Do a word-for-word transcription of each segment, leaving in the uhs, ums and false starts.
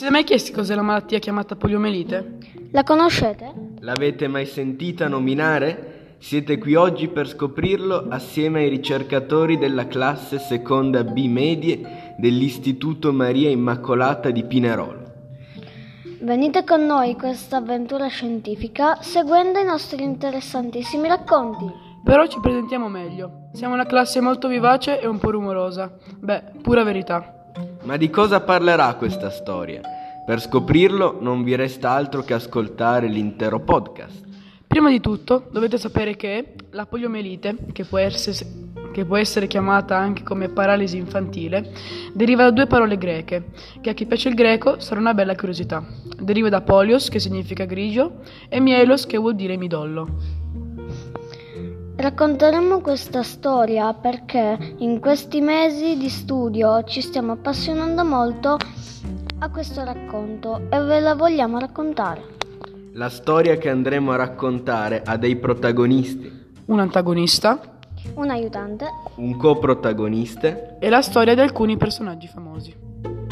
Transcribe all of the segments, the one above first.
siete mai chiesti cos'è la malattia chiamata poliomelite? La conoscete? L'avete mai sentita nominare? Siete qui oggi per scoprirlo assieme ai ricercatori della classe seconda B medie dell'Istituto Maria Immacolata di Pinerolo. Venite con noi in questa avventura scientifica seguendo i nostri interessantissimi racconti. Però ci presentiamo meglio. Siamo una classe molto vivace e un po' rumorosa. Beh, pura verità. Ma di cosa parlerà questa storia? Per scoprirlo non vi resta altro che ascoltare l'intero podcast. Prima di tutto dovete sapere che la poliomelite, che può essere, che può essere chiamata anche come paralisi infantile, deriva da due parole greche, che a chi piace il greco sarà una bella curiosità. Deriva da polios, che significa grigio, e mielos, che vuol dire midollo. Racconteremo questa storia perché in questi mesi di studio ci stiamo appassionando molto a questo racconto e ve la vogliamo raccontare. La storia che andremo a raccontare ha dei protagonisti, Un antagonista Un aiutante. un coprotagonista e la storia di alcuni personaggi famosi.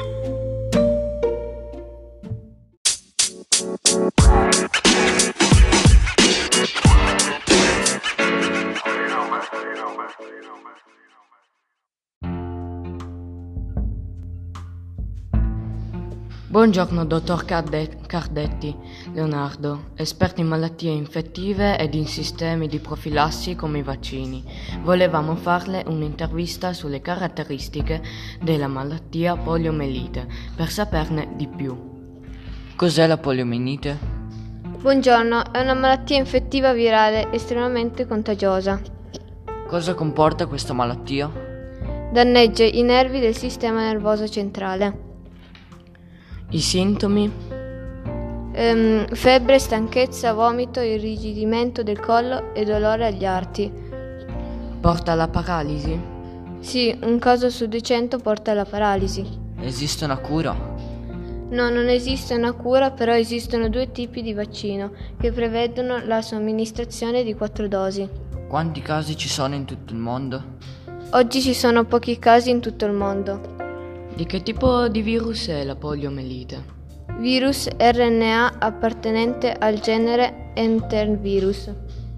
Buongiorno, dottor Carde- Cardetti Leonardo, esperto in malattie infettive ed in sistemi di profilassi come i vaccini. Volevamo farle un'intervista sulle caratteristiche della malattia poliomelite per saperne di più. Cos'è la poliomelite? Buongiorno, è una malattia infettiva virale estremamente contagiosa. Cosa comporta questa malattia? Danneggia i nervi del sistema nervoso centrale. I sintomi? Ehm, febbre, stanchezza, vomito, irrigidimento del collo e dolore agli arti. Porta alla paralisi? Sì, un caso su duecento porta alla paralisi. Esiste una cura? No, non esiste una cura, però esistono due tipi di vaccino che prevedono la somministrazione di quattro dosi. Quanti casi ci sono in tutto il mondo? Oggi ci sono pochi casi in tutto il mondo. Di che tipo di virus è la poliomelite? Virus R N A appartenente al genere Enterovirus.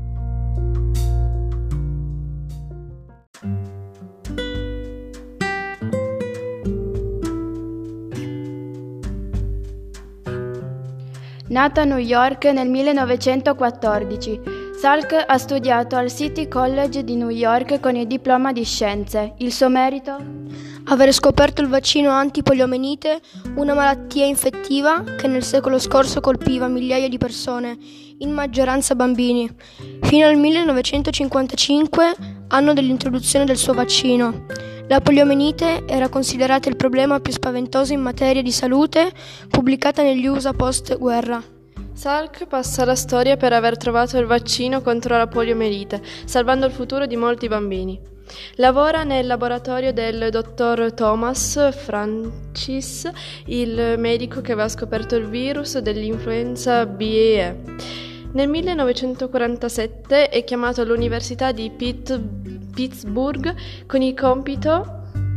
Nata a New York nel millenovecentoquattordici, Salk ha studiato al City College di New York con il diploma di scienze. Il suo merito? Aver scoperto il vaccino antipoliomelite, una malattia infettiva che nel secolo scorso colpiva migliaia di persone, in maggioranza bambini, fino al millenovecentocinquantacinque, anno dell'introduzione del suo vaccino. La poliomelite era considerata il problema più spaventoso in materia di salute, pubblicata negli U S A post-guerra. Salk passa alla storia per aver trovato il vaccino contro la poliomelite, salvando il futuro di molti bambini. Lavora nel laboratorio del dottor Thomas Francis, il medico che aveva scoperto il virus dell'influenza B E. Nel millenovecentoquarantasette è chiamato all'Università di Pitt- Pittsburgh con il compito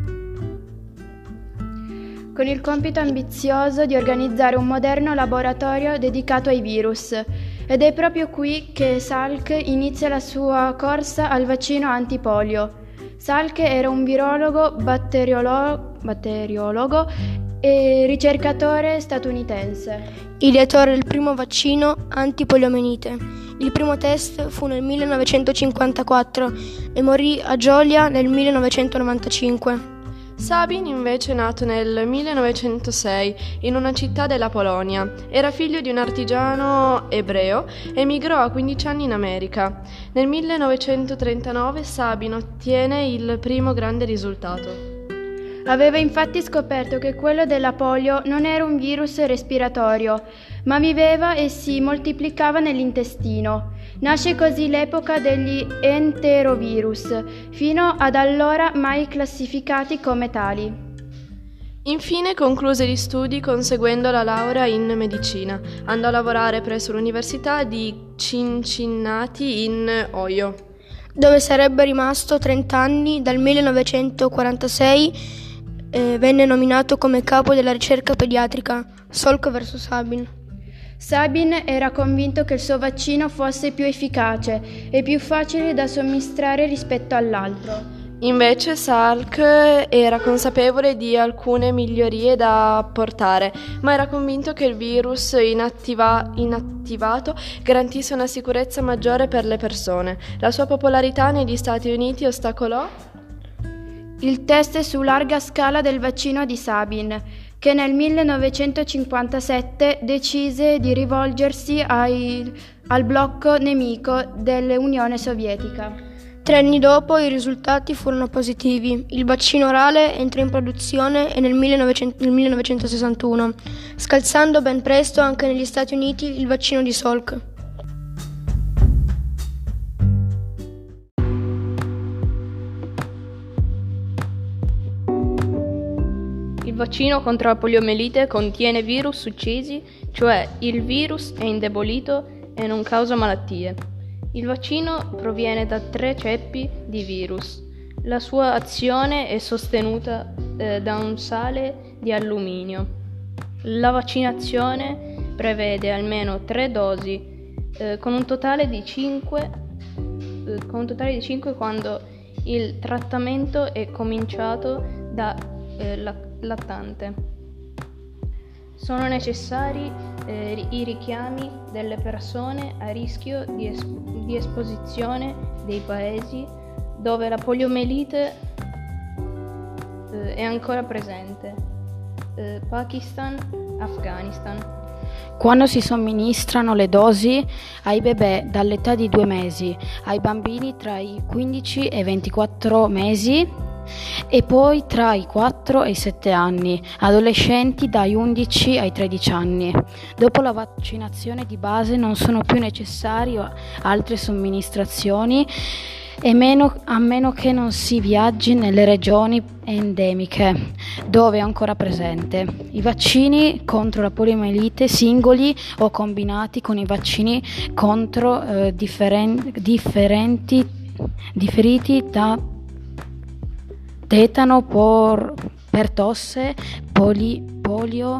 con il compito ambizioso di organizzare un moderno laboratorio dedicato ai virus. Ed è proprio qui che Salk inizia la sua corsa al vaccino antipolio. Salk era un virologo, batteriolo- batteriologo e ricercatore statunitense. Ideatore del primo vaccino antipoliomelite. Il primo test fu nel millenovecentocinquantaquattro e morì a Gioia nel millenovecentonovantacinque. Sabin invece è nato nel millenovecentosei in una città della Polonia. Era figlio di un artigiano ebreo e emigrò a quindici anni in America. Nel millenovecentotrentanove Sabin ottiene il primo grande risultato. Aveva infatti scoperto che quello della polio non era un virus respiratorio, ma viveva e si moltiplicava nell'intestino. Nasce così l'epoca degli enterovirus, fino ad allora mai classificati come tali. Infine concluse gli studi conseguendo la laurea in medicina. Andò a lavorare presso l'Università di Cincinnati in Ohio, dove sarebbe rimasto trenta anni dal millenovecentoquarantasei eh, venne nominato come capo della ricerca pediatrica. Salk versus Sabin. Sabin era convinto che il suo vaccino fosse più efficace e più facile da somministrare rispetto all'altro. Invece Salk era consapevole di alcune migliorie da apportare, ma era convinto che il virus inattiva- inattivato garantisse una sicurezza maggiore per le persone. La sua popolarità negli Stati Uniti ostacolò il test su larga scala del vaccino di Sabin, che nel millenovecentocinquantasette decise di rivolgersi ai, al blocco nemico dell'Unione Sovietica. Tre anni dopo i risultati furono positivi. Il vaccino orale entrò in produzione nel, millenovecento, nel millenovecentosessantuno, scalzando ben presto anche negli Stati Uniti il vaccino di Salk. Il vaccino contro la poliomielite contiene virus uccisi, cioè il virus è indebolito e non causa malattie. Il vaccino proviene da tre ceppi di virus. La sua azione è sostenuta eh, da un sale di alluminio. La vaccinazione prevede almeno tre dosi, eh, con un totale di cinque, eh, con un totale di cinque quando il trattamento è cominciato da eh, la, lattante. Sono necessari eh, i richiami delle persone a rischio di, es- di esposizione dei paesi dove la poliomielite eh, è ancora presente, eh, Pakistan, Afghanistan. Quando si somministrano le dosi ai bebè dall'età di due mesi, ai bambini tra i quindici e i ventiquattro mesi, e poi tra i quattro e i sette anni, adolescenti dai undici ai tredici anni. Dopo la vaccinazione di base non sono più necessarie altre somministrazioni e meno, a meno che non si viaggi nelle regioni endemiche dove è ancora presente. I vaccini contro la poliomielite singoli o combinati con i vaccini contro eh, differen- differenti differiti da tetano, por, per tosse, poli, polio,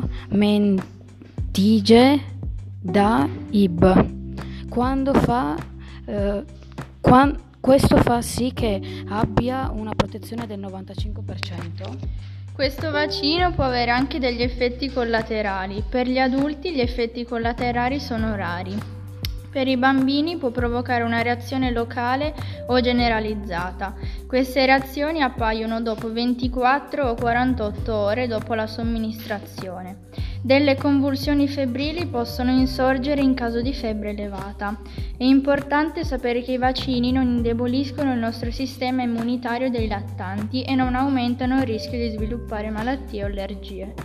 mentige, da I B. Quando fa, eh, quan, questo fa sì che abbia una protezione del novantacinque per cento. Questo vaccino può avere anche degli effetti collaterali. Per gli adulti gli effetti collaterali sono rari. Per i bambini può provocare una reazione locale o generalizzata. Queste reazioni appaiono dopo ventiquattro o quarantotto ore dopo la somministrazione. Delle convulsioni febbrili possono insorgere in caso di febbre elevata. È importante sapere che i vaccini non indeboliscono il nostro sistema immunitario dei lattanti e non aumentano il rischio di sviluppare malattie o allergie.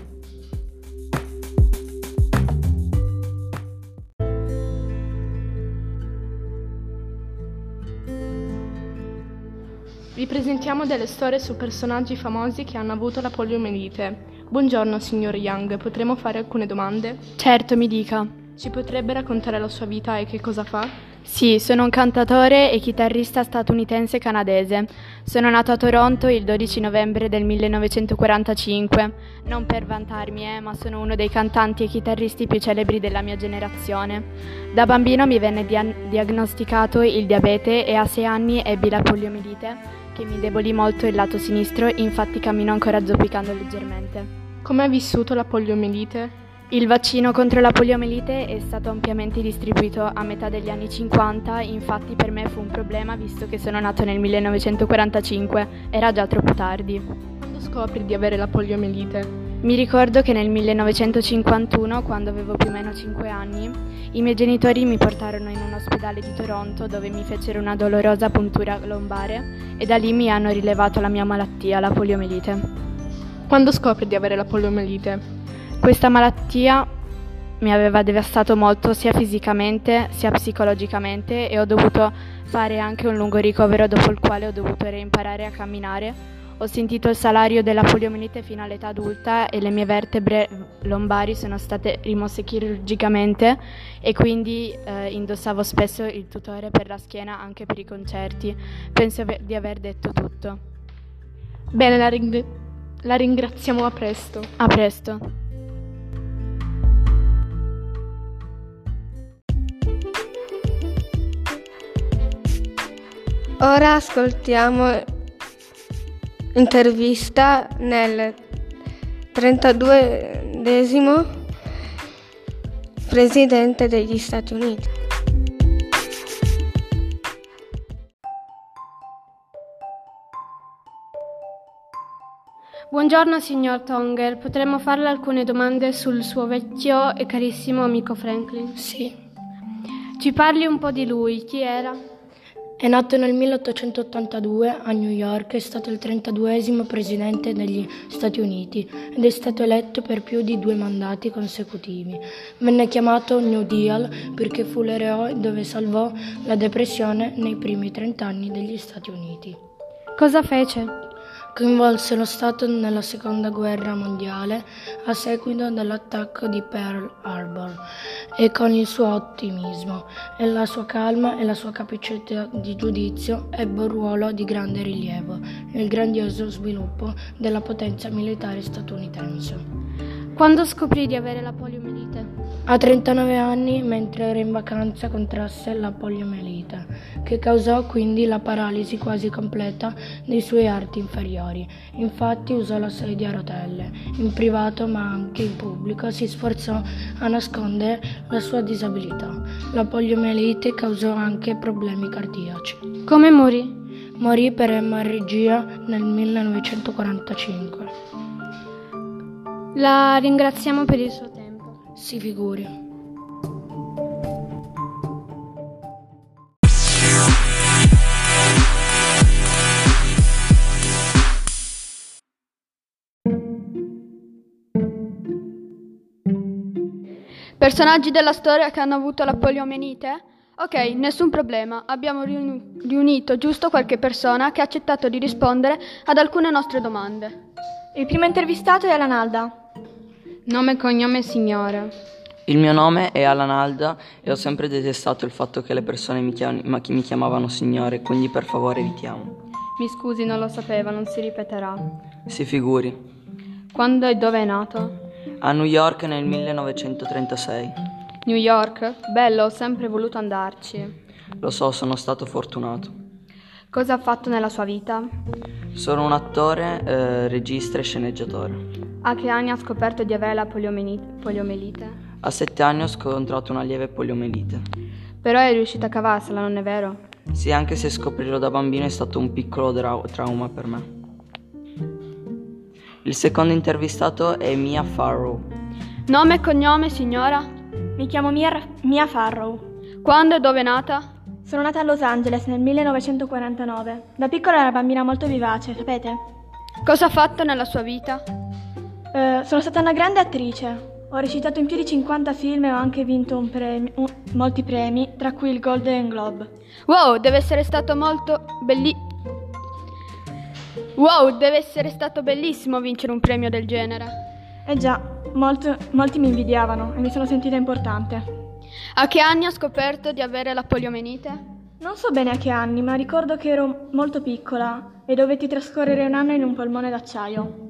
Vi presentiamo delle storie su personaggi famosi che hanno avuto la poliomielite. Buongiorno, signor Young, potremmo fare alcune domande? Certo, mi dica. Ci potrebbe raccontare la sua vita e che cosa fa? Sì, sono un cantautore e chitarrista statunitense canadese. Sono nato a Toronto il dodici novembre del millenovecentoquarantacinque. Non per vantarmi, eh, ma sono uno dei cantanti e chitarristi più celebri della mia generazione. Da bambino mi venne dia- diagnosticato il diabete e a sei anni ebbi la poliomielite, che mi indebolì molto il lato sinistro, infatti cammino ancora zoppicando leggermente. Come ha vissuto la poliomielite? Il vaccino contro la poliomielite è stato ampiamente distribuito a metà degli anni cinquanta, infatti per me fu un problema visto che sono nato nel millenovecentoquarantacinque, era già troppo tardi. Quando scopri di avere la poliomielite? Mi ricordo che nel millenovecentocinquantuno, quando avevo più o meno cinque anni, i miei genitori mi portarono in un ospedale di Toronto dove mi fecero una dolorosa puntura lombare e da lì mi hanno rilevato la mia malattia, la poliomielite. Quando scopri di avere la poliomielite? Questa malattia mi aveva devastato molto sia fisicamente sia psicologicamente e ho dovuto fare anche un lungo ricovero dopo il quale ho dovuto reimparare a camminare. Ho sentito il salario della poliomielite fino all'età adulta e le mie vertebre lombari sono state rimosse chirurgicamente e quindi eh, indossavo spesso il tutore per la schiena anche per i concerti. Penso di aver detto tutto. Bene, la, ring- La ringraziamo, a presto. A presto. Ora ascoltiamo intervista nel trentaduesimo presidente degli Stati Uniti. Buongiorno signor Tonger, potremmo farle alcune domande sul suo vecchio e carissimo amico Franklin? Sì. Ci parli un po' di lui, chi era? È nato nel milleottocentottantadue a New York, è stato il trentaduesimo presidente degli Stati Uniti ed è stato eletto per più di due mandati consecutivi. Venne chiamato New Deal perché fu l'eroe dove salvò la depressione nei primi trent'anni degli Stati Uniti. Cosa fece? Coinvolse lo Stato nella Seconda Guerra Mondiale a seguito dell'attacco di Pearl Harbor e con il suo ottimismo e la sua calma e la sua capacità di giudizio ebbe un ruolo di grande rilievo nel grandioso sviluppo della potenza militare statunitense. Quando scoprì di avere la poliomielite? A trentanove anni, mentre era in vacanza, contrasse la poliomielite, che causò quindi la paralisi quasi completa dei suoi arti inferiori. Infatti usò la sedia a rotelle. In privato, ma anche in pubblico, si sforzò a nascondere la sua disabilità. La poliomielite causò anche problemi cardiaci. Come morì? Morì per emorragia nel millenovecentoquarantacinque. La ringraziamo per il suo tempo. Si figuri. Personaggi della storia che hanno avuto la poliomielite? Ok, nessun problema. Abbiamo riuni- riunito giusto qualche persona che ha accettato di rispondere ad alcune nostre domande. Il primo intervistato è Alan Alda. Nome e cognome signora. Il mio nome è Alan Alda e ho sempre detestato il fatto che le persone mi, chiam- ma chi mi chiamavano signore, quindi per favore evitiamo. Mi scusi, non lo sapeva, non si ripeterà. Si figuri. Quando e dove è nato? A New York nel millenovecentotrentasei. New York? Bello, ho sempre voluto andarci. Lo so, sono stato fortunato. Cosa ha fatto nella sua vita? Sono un attore, eh, regista e sceneggiatore. A che anni ha scoperto di avere la poliomielite? poliomielite? A sette anni ho scontrato una lieve poliomielite. Però è riuscita a cavarsela, non è vero? Sì, anche se scoprirlo da bambino è stato un piccolo dra- trauma per me. Il secondo intervistato è Mia Farrow. Nome e cognome, signora? Mi chiamo Mia, Mia Farrow. Quando e dove è nata? Sono nata a Los Angeles nel millenovecentoquarantanove. Da piccola era una bambina molto vivace, sapete? Cosa ha fatto nella sua vita? Uh, sono stata una grande attrice. Ho recitato in più di cinquanta film e ho anche vinto un premi- un, molti premi, tra cui il Golden Globe. Wow, deve essere stato molto belli... Wow, deve essere stato bellissimo vincere un premio del genere. Eh già, molto, molti mi invidiavano e mi sono sentita importante. A che anni ha scoperto di avere la poliomielite? Non so bene a che anni, ma ricordo che ero molto piccola e dovetti trascorrere un anno in un polmone d'acciaio.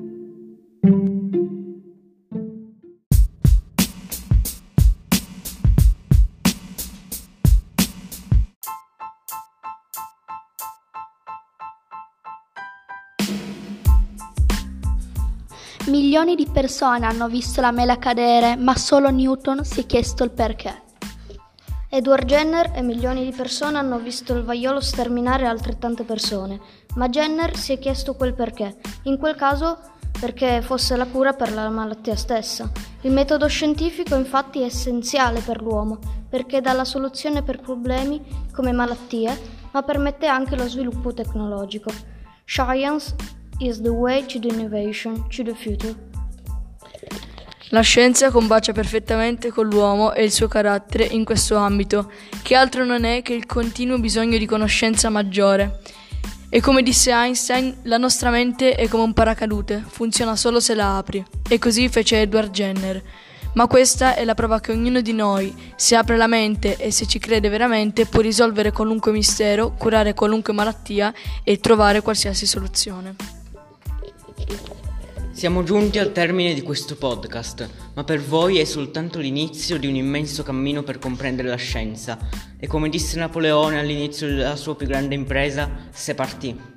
Milioni di persone hanno visto la mela cadere, ma solo Newton si è chiesto il perché. Edward Jenner e milioni di persone hanno visto il vaiolo sterminare altrettante persone, ma Jenner si è chiesto quel perché, in quel caso perché fosse la cura per la malattia stessa. Il metodo scientifico infatti è essenziale per l'uomo, perché dà la soluzione per problemi come malattie, ma permette anche lo sviluppo tecnologico. Science is the way to the innovation, to the future. La scienza combacia perfettamente con l'uomo e il suo carattere in questo ambito, che altro non è che il continuo bisogno di conoscenza maggiore. E come disse Einstein, la nostra mente è come un paracadute, funziona solo se la apri. E così fece Edward Jenner. Ma questa è la prova che ognuno di noi, se apre la mente e se ci crede veramente, può risolvere qualunque mistero, curare qualunque malattia e trovare qualsiasi soluzione. Siamo giunti al termine di questo podcast, ma per voi è soltanto l'inizio di un immenso cammino per comprendere la scienza. E come disse Napoleone all'inizio della sua più grande impresa, c'est parti.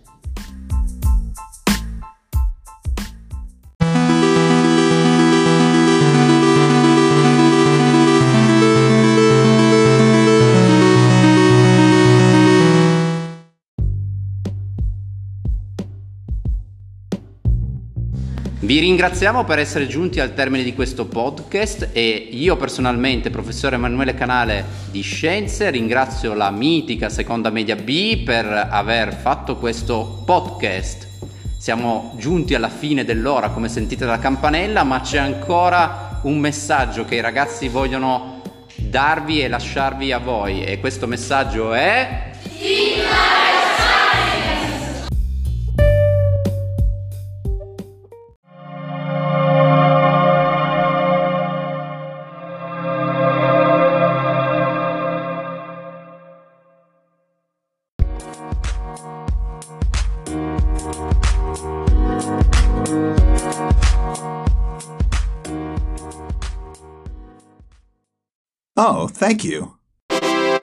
Vi ringraziamo per essere giunti al termine di questo podcast e io personalmente, professore Emanuele Canale di Scienze, ringrazio la mitica Seconda Media B per aver fatto questo podcast. Siamo giunti alla fine dell'ora, come sentite dalla campanella, ma c'è ancora un messaggio che i ragazzi vogliono darvi e lasciarvi a voi, e questo messaggio è... Oh, thank you.